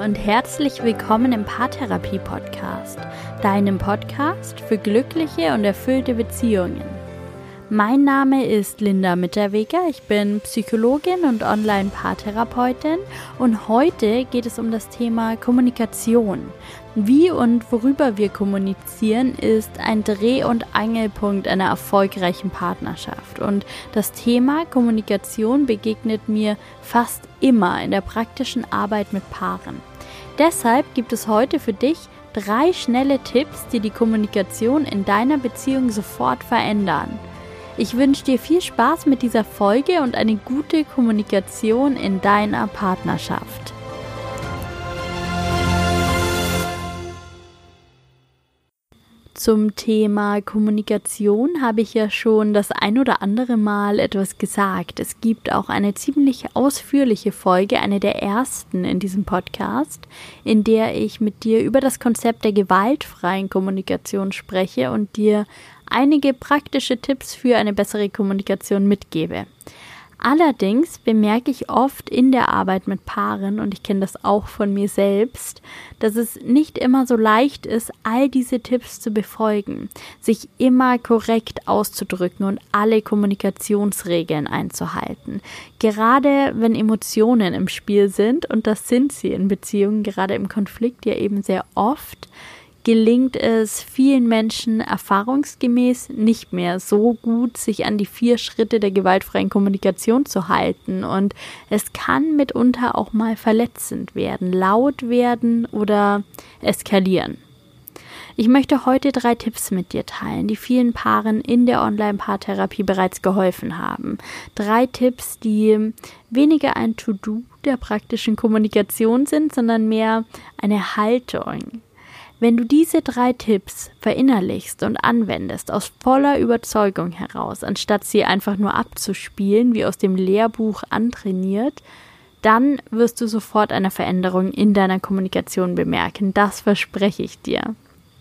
und herzlich willkommen im Paartherapie-Podcast, deinem Podcast für glückliche und erfüllte Beziehungen. Mein Name ist Linda Mitterweger, ich bin Psychologin und Online-Paartherapeutin und heute geht es um das Thema Kommunikation. Wie und worüber wir kommunizieren, ist ein Dreh- und Angelpunkt einer erfolgreichen Partnerschaft. Und das Thema Kommunikation begegnet mir fast immer in der praktischen Arbeit mit Paaren. Deshalb gibt es heute für dich 3 schnelle Tipps, die die Kommunikation in deiner Beziehung sofort verändern. Ich wünsche dir viel Spaß mit dieser Folge und eine gute Kommunikation in deiner Partnerschaft. Zum Thema Kommunikation habe ich ja schon das ein oder andere Mal etwas gesagt. Es gibt auch eine ziemlich ausführliche Folge, eine der ersten in diesem Podcast, in der ich mit dir über das Konzept der gewaltfreien Kommunikation spreche und dir einige praktische Tipps für eine bessere Kommunikation mitgebe. Allerdings bemerke ich oft in der Arbeit mit Paaren, und ich kenne das auch von mir selbst, dass es nicht immer so leicht ist, all diese Tipps zu befolgen, sich immer korrekt auszudrücken und alle Kommunikationsregeln einzuhalten. Gerade wenn Emotionen im Spiel sind, und das sind sie in Beziehungen, gerade im Konflikt ja eben sehr oft, gelingt es vielen Menschen erfahrungsgemäß nicht mehr so gut, sich an die 4 Schritte der gewaltfreien Kommunikation zu halten. Und es kann mitunter auch mal verletzend werden, laut werden oder eskalieren. Ich möchte heute 3 Tipps mit dir teilen, die vielen Paaren in der Online-Paartherapie bereits geholfen haben. 3 Tipps, die weniger ein To-Do der praktischen Kommunikation sind, sondern mehr eine Haltung. Wenn du diese 3 Tipps verinnerlichst und anwendest aus voller Überzeugung heraus, anstatt sie einfach nur abzuspielen, wie aus dem Lehrbuch antrainiert, dann wirst du sofort eine Veränderung in deiner Kommunikation bemerken. Das verspreche ich dir.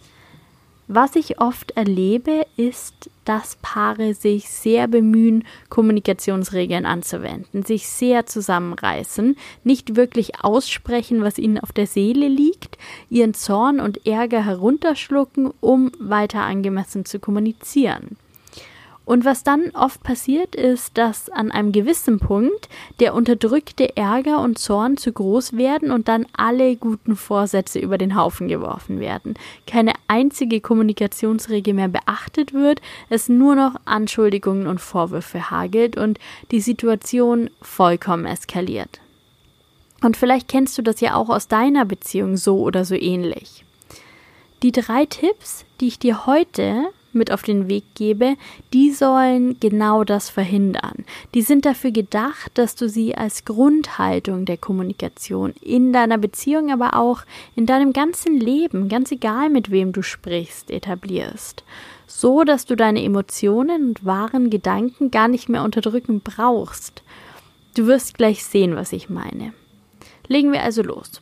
Was ich oft erlebe, ist, dass Paare sich sehr bemühen, Kommunikationsregeln anzuwenden, sich sehr zusammenreißen, nicht wirklich aussprechen, was ihnen auf der Seele liegt, ihren Zorn und Ärger herunterschlucken, um weiter angemessen zu kommunizieren. Und was dann oft passiert ist, dass an einem gewissen Punkt der unterdrückte Ärger und Zorn zu groß werden und dann alle guten Vorsätze über den Haufen geworfen werden. Keine einzige Kommunikationsregel mehr beachtet wird, es nur noch Anschuldigungen und Vorwürfe hagelt und die Situation vollkommen eskaliert. Und vielleicht kennst du das ja auch aus deiner Beziehung so oder so ähnlich. Die 3 Tipps, die ich dir heute mit auf den Weg gebe, die sollen genau das verhindern. Die sind dafür gedacht, dass du sie als Grundhaltung der Kommunikation in deiner Beziehung, aber auch in deinem ganzen Leben, ganz egal mit wem du sprichst, etablierst. So, dass du deine Emotionen und wahren Gedanken gar nicht mehr unterdrücken brauchst. Du wirst gleich sehen, was ich meine. Legen wir also los.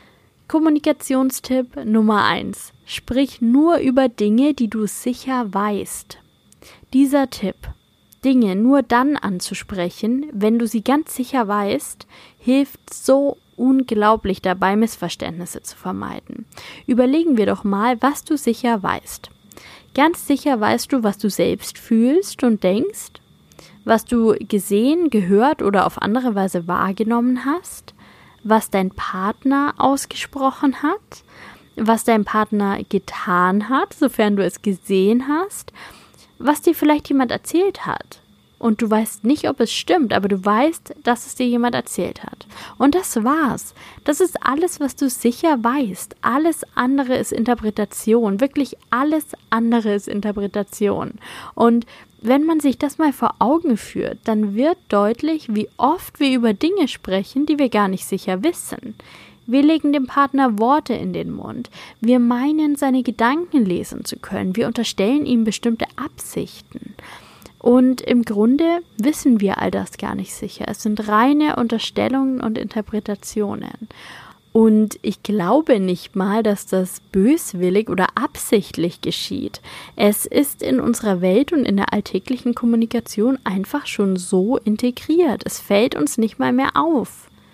Kommunikationstipp Nummer 1. Sprich nur über Dinge, die du sicher weißt. Dieser Tipp, Dinge nur dann anzusprechen, wenn du sie ganz sicher weißt, hilft so unglaublich dabei, Missverständnisse zu vermeiden. Überlegen wir doch mal, was du sicher weißt. Ganz sicher weißt du, was du selbst fühlst und denkst, was du gesehen, gehört oder auf andere Weise wahrgenommen hast, was dein Partner ausgesprochen hat, was dein Partner getan hat, sofern du es gesehen hast, was dir vielleicht jemand erzählt hat. Und du weißt nicht, ob es stimmt, aber du weißt, dass es dir jemand erzählt hat. Und das war's. Das ist alles, was du sicher weißt. Alles andere ist Interpretation. Wirklich alles andere ist Interpretation. Und wenn man sich das mal vor Augen führt, dann wird deutlich, wie oft wir über Dinge sprechen, die wir gar nicht sicher wissen. Wir legen dem Partner Worte in den Mund. Wir meinen, seine Gedanken lesen zu können. Wir unterstellen ihm bestimmte Absichten. Und im Grunde wissen wir all das gar nicht sicher. Es sind reine Unterstellungen und Interpretationen. Und ich glaube nicht mal, dass das böswillig oder absichtlich geschieht. Es ist in unserer Welt und in der alltäglichen Kommunikation einfach schon so integriert. Es fällt uns nicht mal mehr auf.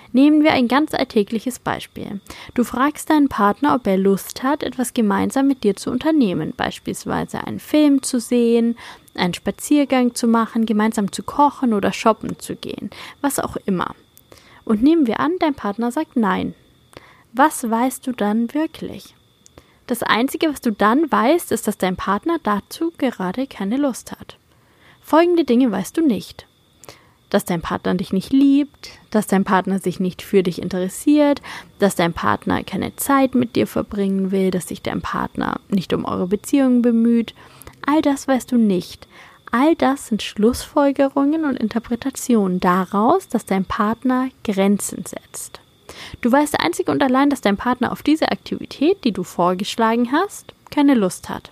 Nehmen wir ein ganz alltägliches Beispiel. Du fragst deinen Partner, ob er Lust hat, etwas gemeinsam mit dir zu unternehmen, beispielsweise einen Film zu sehen, einen Spaziergang zu machen, gemeinsam zu kochen oder shoppen zu gehen, was auch immer. Und nehmen wir an, dein Partner sagt nein. Was weißt du dann wirklich? Das Einzige, was du dann weißt, ist, dass dein Partner dazu gerade keine Lust hat. Folgende Dinge weißt du nicht. Dass dein Partner dich nicht liebt, dass dein Partner sich nicht für dich interessiert, dass dein Partner keine Zeit mit dir verbringen will, dass sich dein Partner nicht um eure Beziehung bemüht. All das weißt du nicht. All das sind Schlussfolgerungen und Interpretationen daraus, dass dein Partner Grenzen setzt. Du weißt einzig und allein, dass dein Partner auf diese Aktivität, die du vorgeschlagen hast, keine Lust hat.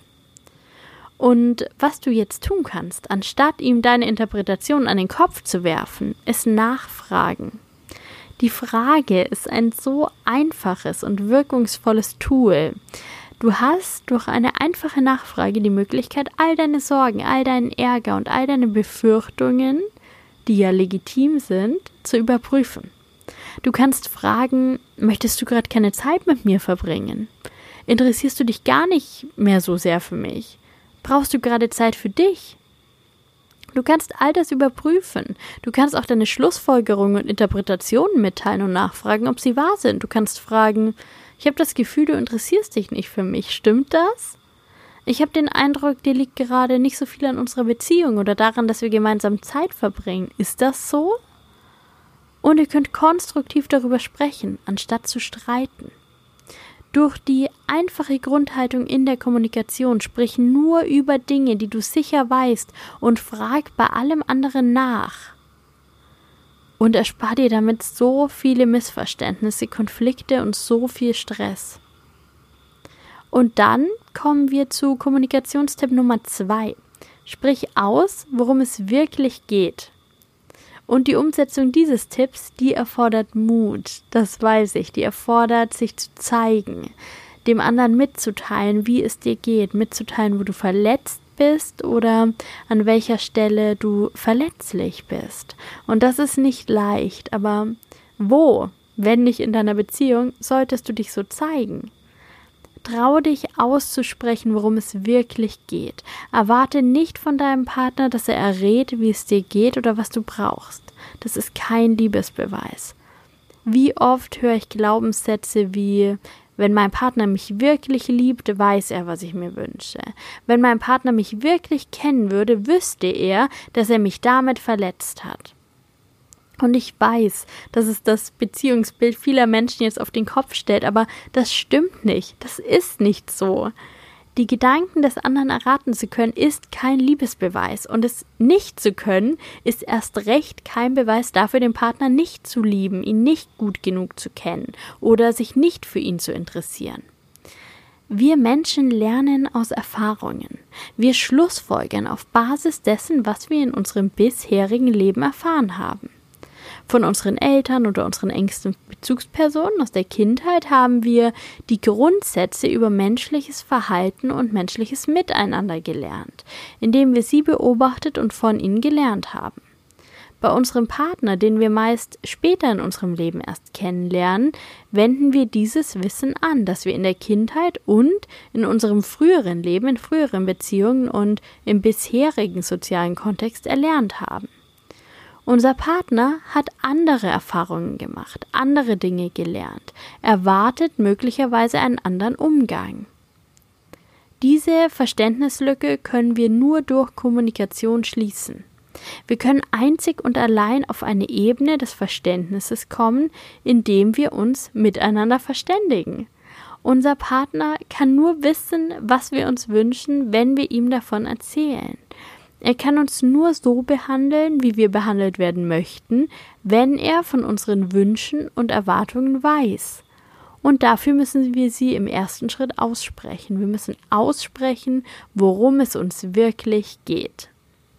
Und was du jetzt tun kannst, anstatt ihm deine Interpretation an den Kopf zu werfen, ist nachfragen. Die Frage ist ein so einfaches und wirkungsvolles Tool. Du hast durch eine einfache Nachfrage die Möglichkeit, all deine Sorgen, all deinen Ärger und all deine Befürchtungen, die ja legitim sind, zu überprüfen. Du kannst fragen, möchtest du gerade keine Zeit mit mir verbringen? Interessierst du dich gar nicht mehr so sehr für mich? Brauchst du gerade Zeit für dich? Du kannst all das überprüfen. Du kannst auch deine Schlussfolgerungen und Interpretationen mitteilen und nachfragen, ob sie wahr sind. Du kannst fragen, ich habe das Gefühl, du interessierst dich nicht für mich. Stimmt das? Ich habe den Eindruck, dir liegt gerade nicht so viel an unserer Beziehung oder daran, dass wir gemeinsam Zeit verbringen. Ist das so? Und ihr könnt konstruktiv darüber sprechen, anstatt zu streiten. Durch die einfache Grundhaltung in der Kommunikation sprich nur über Dinge, die du sicher weißt und frag bei allem anderen nach. Und erspar dir damit so viele Missverständnisse, Konflikte und so viel Stress. Und dann kommen wir zu Kommunikationstipp Nummer 2. Sprich aus, worum es wirklich geht. Und die Umsetzung dieses Tipps, die erfordert Mut, das weiß ich, die erfordert, sich zu zeigen, dem anderen mitzuteilen, wie es dir geht, mitzuteilen, wo du verletzt bist oder an welcher Stelle du verletzlich bist. Und das ist nicht leicht, aber wo, wenn nicht in deiner Beziehung, solltest du dich so zeigen? Trau dich auszusprechen, worum es wirklich geht. Erwarte nicht von deinem Partner, dass er errät, wie es dir geht oder was du brauchst. Das ist kein Liebesbeweis. Wie oft höre ich Glaubenssätze wie, wenn mein Partner mich wirklich liebt, weiß er, was ich mir wünsche. Wenn mein Partner mich wirklich kennen würde, wüsste er, dass er mich damit verletzt hat. Und ich weiß, dass es das Beziehungsbild vieler Menschen jetzt auf den Kopf stellt, aber das stimmt nicht. Das ist nicht so. Die Gedanken des anderen erraten zu können, ist kein Liebesbeweis. Und es nicht zu können, ist erst recht kein Beweis dafür, den Partner nicht zu lieben, ihn nicht gut genug zu kennen oder sich nicht für ihn zu interessieren. Wir Menschen lernen aus Erfahrungen. Wir schlussfolgern auf Basis dessen, was wir in unserem bisherigen Leben erfahren haben. Von unseren Eltern oder unseren engsten Bezugspersonen aus der Kindheit haben wir die Grundsätze über menschliches Verhalten und menschliches Miteinander gelernt, indem wir sie beobachtet und von ihnen gelernt haben. Bei unserem Partner, den wir meist später in unserem Leben erst kennenlernen, wenden wir dieses Wissen an, das wir in der Kindheit und in unserem früheren Leben, in früheren Beziehungen und im bisherigen sozialen Kontext erlernt haben. Unser Partner hat andere Erfahrungen gemacht, andere Dinge gelernt, erwartet möglicherweise einen anderen Umgang. Diese Verständnislücke können wir nur durch Kommunikation schließen. Wir können einzig und allein auf eine Ebene des Verständnisses kommen, indem wir uns miteinander verständigen. Unser Partner kann nur wissen, was wir uns wünschen, wenn wir ihm davon erzählen. Er kann uns nur so behandeln, wie wir behandelt werden möchten, wenn er von unseren Wünschen und Erwartungen weiß. Und dafür müssen wir sie im ersten Schritt aussprechen. Wir müssen aussprechen, worum es uns wirklich geht.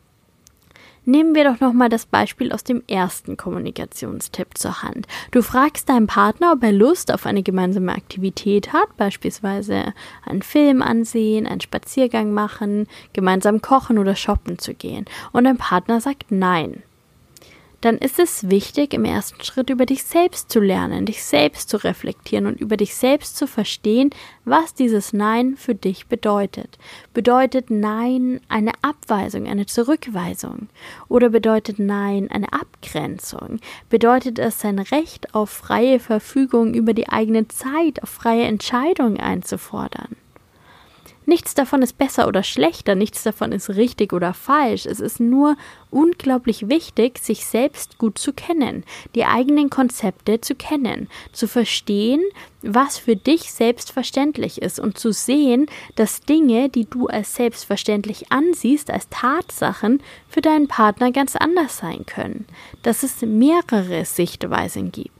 Nehmen wir doch nochmal das Beispiel aus dem ersten Kommunikationstipp zur Hand. Du fragst deinen Partner, ob er Lust auf eine gemeinsame Aktivität hat, beispielsweise einen Film ansehen, einen Spaziergang machen, gemeinsam kochen oder shoppen zu gehen. Und dein Partner sagt nein. dann ist es wichtig, im ersten Schritt über dich selbst zu lernen, dich selbst zu reflektieren und über dich selbst zu verstehen, was dieses Nein für dich bedeutet. Bedeutet Nein eine Abweisung, eine Zurückweisung? Oder bedeutet Nein eine Abgrenzung? Bedeutet es, sein Recht auf freie Verfügung über die eigene Zeit, auf freie Entscheidungen einzufordern? Nichts davon ist besser oder schlechter, nichts davon ist richtig oder falsch. Es ist nur unglaublich wichtig, sich selbst gut zu kennen, die eigenen Konzepte zu kennen, zu verstehen, was für dich selbstverständlich ist und zu sehen, dass Dinge, die du als selbstverständlich ansiehst, als Tatsachen, für deinen Partner ganz anders sein können, dass es mehrere Sichtweisen gibt.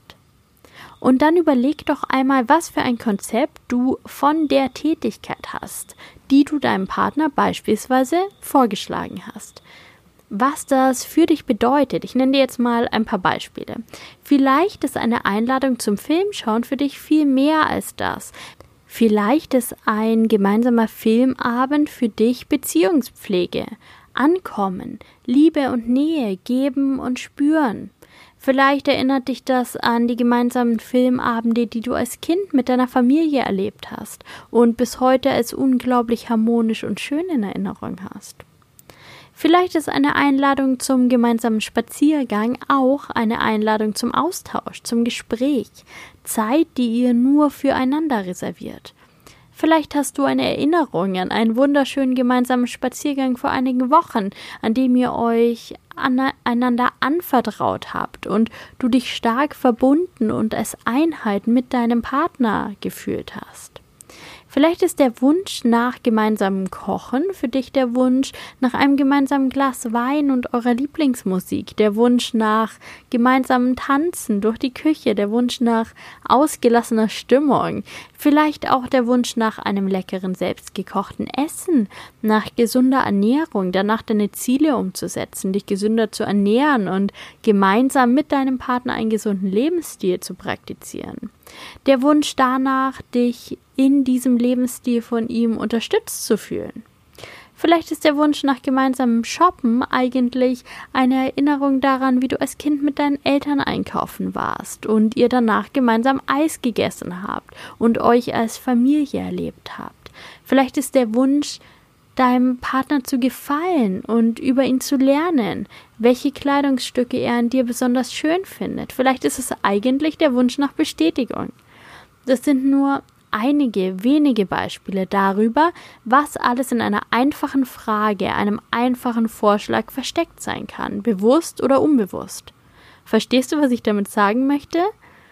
Und dann überleg doch einmal, was für ein Konzept du von der Tätigkeit hast, die du deinem Partner beispielsweise vorgeschlagen hast. Was das für dich bedeutet. Ich nenne dir jetzt mal ein paar Beispiele. Vielleicht ist eine Einladung zum Filmschauen für dich viel mehr als das. Vielleicht ist ein gemeinsamer Filmabend für dich Beziehungspflege, Ankommen, Liebe und Nähe, geben und spüren. Vielleicht erinnert dich das an die gemeinsamen Filmabende, die du als Kind mit deiner Familie erlebt hast und bis heute als unglaublich harmonisch und schön in Erinnerung hast. Vielleicht ist eine Einladung zum gemeinsamen Spaziergang auch eine Einladung zum Austausch, zum Gespräch, Zeit, die ihr nur füreinander reserviert. Vielleicht hast du eine Erinnerung an einen wunderschönen gemeinsamen Spaziergang vor einigen Wochen, an dem ihr euch einander anvertraut habt und du dich stark verbunden und als Einheit mit deinem Partner gefühlt hast. Vielleicht ist der Wunsch nach gemeinsamem Kochen für dich der Wunsch nach einem gemeinsamen Glas Wein und eurer Lieblingsmusik, der Wunsch nach gemeinsamem Tanzen durch die Küche, der Wunsch nach ausgelassener Stimmung, vielleicht auch der Wunsch nach einem leckeren selbstgekochten Essen, nach gesunder Ernährung, danach deine Ziele umzusetzen, dich gesünder zu ernähren und gemeinsam mit deinem Partner einen gesunden Lebensstil zu praktizieren. Der Wunsch danach, dich in diesem Lebensstil von ihm unterstützt zu fühlen. Vielleicht ist der Wunsch nach gemeinsamem Shoppen eigentlich eine Erinnerung daran, wie du als Kind mit deinen Eltern einkaufen warst und ihr danach gemeinsam Eis gegessen habt und euch als Familie erlebt habt. Vielleicht ist der Wunsch, deinem Partner zu gefallen und über ihn zu lernen, welche Kleidungsstücke er an dir besonders schön findet. Vielleicht ist es eigentlich der Wunsch nach Bestätigung. Das sind nur einige wenige Beispiele darüber, was alles in einer einfachen Frage, einem einfachen Vorschlag versteckt sein kann, bewusst oder unbewusst. Verstehst du, was ich damit sagen möchte?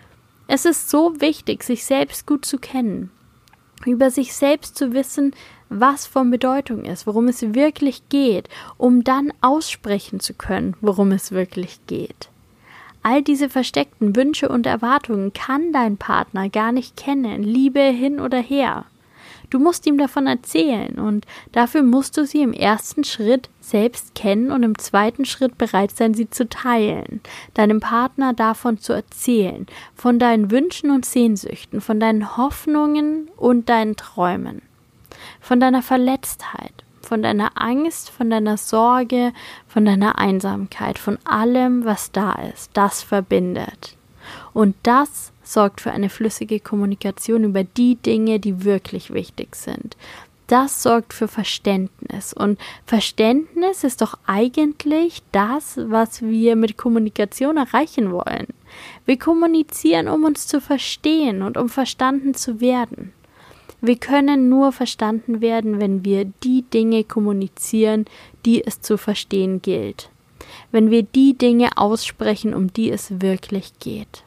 Es ist so wichtig, sich selbst gut zu kennen, über sich selbst zu wissen, was von Bedeutung ist, worum es wirklich geht, um dann aussprechen zu können, worum es wirklich geht. All diese versteckten Wünsche und Erwartungen kann dein Partner gar nicht kennen, Liebe hin oder her. Du musst ihm davon erzählen und dafür musst du sie im ersten Schritt selbst kennen und im zweiten Schritt bereit sein, sie zu teilen, deinem Partner davon zu erzählen, von deinen Wünschen und Sehnsüchten, von deinen Hoffnungen und deinen Träumen, von deiner Verletztheit, von deiner Angst, von deiner Sorge, von deiner Einsamkeit, von allem, was da ist, das verbindet. Und das sorgt für eine flüssige Kommunikation über die Dinge, die wirklich wichtig sind. Das sorgt für Verständnis. Und Verständnis ist doch eigentlich das, was wir mit Kommunikation erreichen wollen. Wir kommunizieren, um uns zu verstehen und um verstanden zu werden. Wir können nur verstanden werden, wenn wir die Dinge kommunizieren, die es zu verstehen gilt. Wenn wir die Dinge aussprechen, um die es wirklich geht.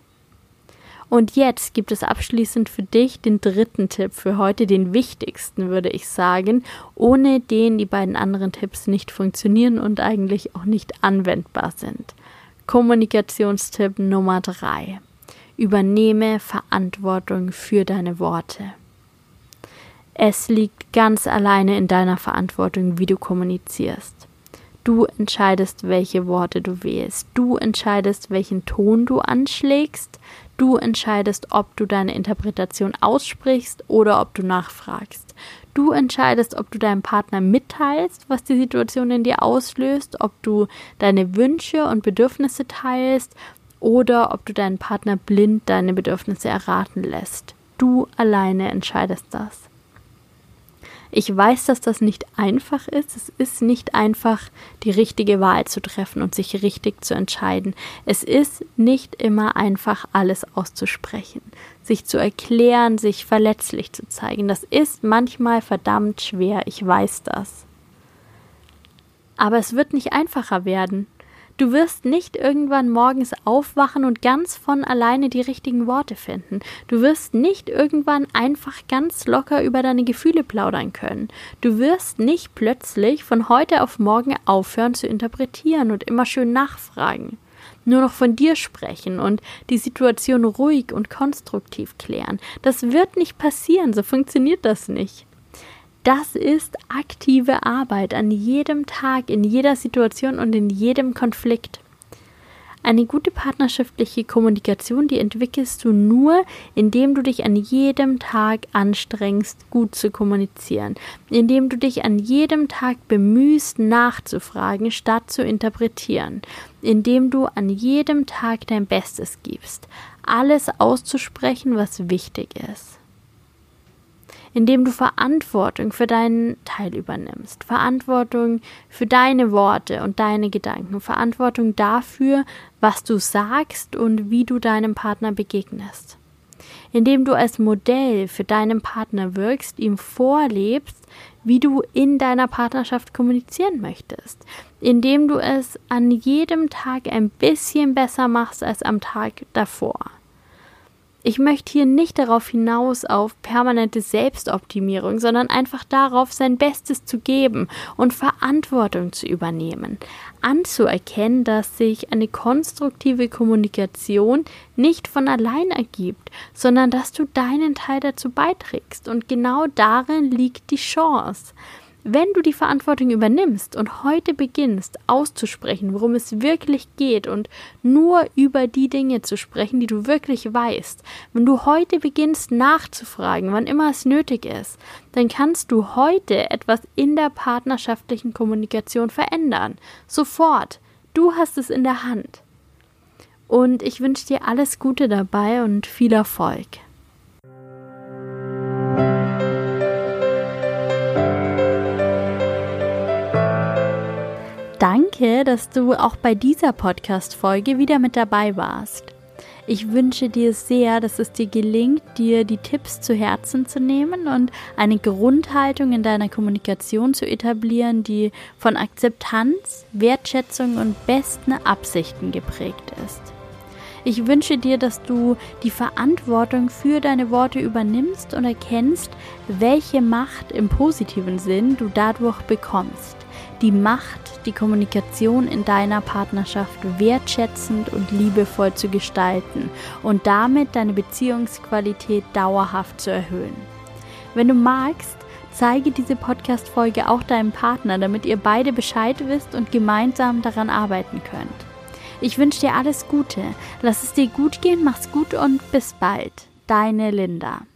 Und jetzt gibt es abschließend für dich den dritten Tipp für heute, den wichtigsten, würde ich sagen, ohne den die beiden anderen Tipps nicht funktionieren und eigentlich auch nicht anwendbar sind. Kommunikationstipp Nummer 3. Übernehme Verantwortung für deine Worte. Es liegt ganz alleine in deiner Verantwortung, wie du kommunizierst. Du entscheidest, welche Worte du wählst. Du entscheidest, welchen Ton du anschlägst. Du entscheidest, ob du deine Interpretation aussprichst oder ob du nachfragst. Du entscheidest, ob du deinem Partner mitteilst, was die Situation in dir auslöst, ob du deine Wünsche und Bedürfnisse teilst oder ob du deinen Partner blind deine Bedürfnisse erraten lässt. Du alleine entscheidest das. Ich weiß, dass das nicht einfach ist. Es ist nicht einfach, die richtige Wahl zu treffen und sich richtig zu entscheiden. Es ist nicht immer einfach, alles auszusprechen, sich zu erklären, sich verletzlich zu zeigen. Das ist manchmal verdammt schwer, ich weiß das. Aber es wird nicht einfacher werden. Du wirst nicht irgendwann morgens aufwachen und ganz von alleine die richtigen Worte finden. Du wirst nicht irgendwann einfach ganz locker über deine Gefühle plaudern können. Du wirst nicht plötzlich von heute auf morgen aufhören zu interpretieren und immer schön nachfragen. Nur noch von dir sprechen und die Situation ruhig und konstruktiv klären. Das wird nicht passieren, so funktioniert das nicht. Das ist aktive Arbeit an jedem Tag, in jeder Situation und in jedem Konflikt. Eine gute partnerschaftliche Kommunikation, die entwickelst du nur, indem du dich an jedem Tag anstrengst, gut zu kommunizieren, indem du dich an jedem Tag bemühst, nachzufragen, statt zu interpretieren, indem du an jedem Tag dein Bestes gibst, alles auszusprechen, was wichtig ist. Indem du Verantwortung für deinen Teil übernimmst, Verantwortung für deine Worte und deine Gedanken, Verantwortung dafür, was du sagst und wie du deinem Partner begegnest. Indem du als Modell für deinen Partner wirkst, ihm vorlebst, wie du in deiner Partnerschaft kommunizieren möchtest, indem du es an jedem Tag ein bisschen besser machst als am Tag davor. Ich möchte hier nicht darauf hinaus auf permanente Selbstoptimierung, sondern einfach darauf, sein Bestes zu geben und Verantwortung zu übernehmen. Anzuerkennen, dass sich eine konstruktive Kommunikation nicht von allein ergibt, sondern dass du deinen Teil dazu beiträgst. Und genau darin liegt die Chance. Wenn du die Verantwortung übernimmst und heute beginnst auszusprechen, worum es wirklich geht und nur über die Dinge zu sprechen, die du wirklich weißt, wenn du heute beginnst nachzufragen, wann immer es nötig ist, dann kannst du heute etwas in der partnerschaftlichen Kommunikation verändern. Sofort. Du hast es in der Hand. Und ich wünsche dir alles Gute dabei und viel Erfolg. Danke, dass du auch bei dieser Podcast-Folge wieder mit dabei warst. Ich wünsche dir sehr, dass es dir gelingt, dir die Tipps zu Herzen zu nehmen und eine Grundhaltung in deiner Kommunikation zu etablieren, die von Akzeptanz, Wertschätzung und besten Absichten geprägt ist. Ich wünsche dir, dass du die Verantwortung für deine Worte übernimmst und erkennst, welche Macht im positiven Sinn du dadurch bekommst. Die Macht, die Kommunikation in deiner Partnerschaft wertschätzend und liebevoll zu gestalten und damit deine Beziehungsqualität dauerhaft zu erhöhen. Wenn du magst, zeige diese Podcast-Folge auch deinem Partner, damit ihr beide Bescheid wisst und gemeinsam daran arbeiten könnt. Ich wünsche dir alles Gute, lass es dir gut gehen, mach's gut und bis bald. Deine Linda.